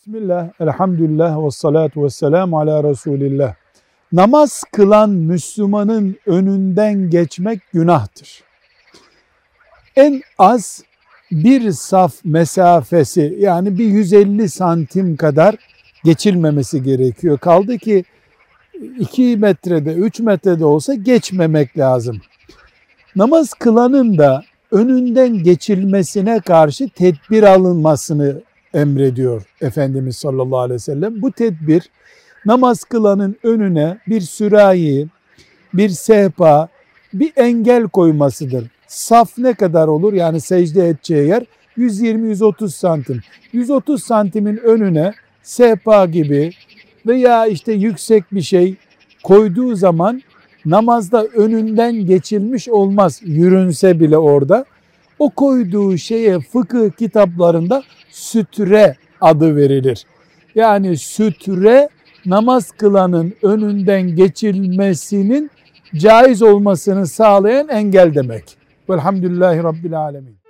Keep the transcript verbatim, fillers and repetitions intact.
Bismillah, elhamdülillah ve salatu ve selamu ala Resulillah. Namaz kılan Müslümanın önünden geçmek günahtır. En az bir saf mesafesi, yani bir yüz elli santim kadar geçilmemesi gerekiyor. Kaldı ki iki metrede, üç metrede olsa geçmemek lazım. Namaz kılanın da önünden geçilmesine karşı tedbir alınmasını emrediyor Efendimiz sallallahu aleyhi ve sellem. Bu tedbir, namaz kılanın önüne bir sürahi, bir sehpa, bir engel koymasıdır. Saf ne kadar olur? Yani secde edeceği yer yüz yirmi yüz otuz santim. yüz otuz santimin önüne sehpa gibi veya işte yüksek bir şey koyduğu zaman namazda önünden geçilmiş olmaz, yürünse bile orada. O koyduğu şeye fıkıh kitaplarında sütre adı verilir. Yani sütre, namaz kılanın önünden geçilmesinin caiz olmasını sağlayan engel demek. Velhamdülillahi Rabbil Alemin.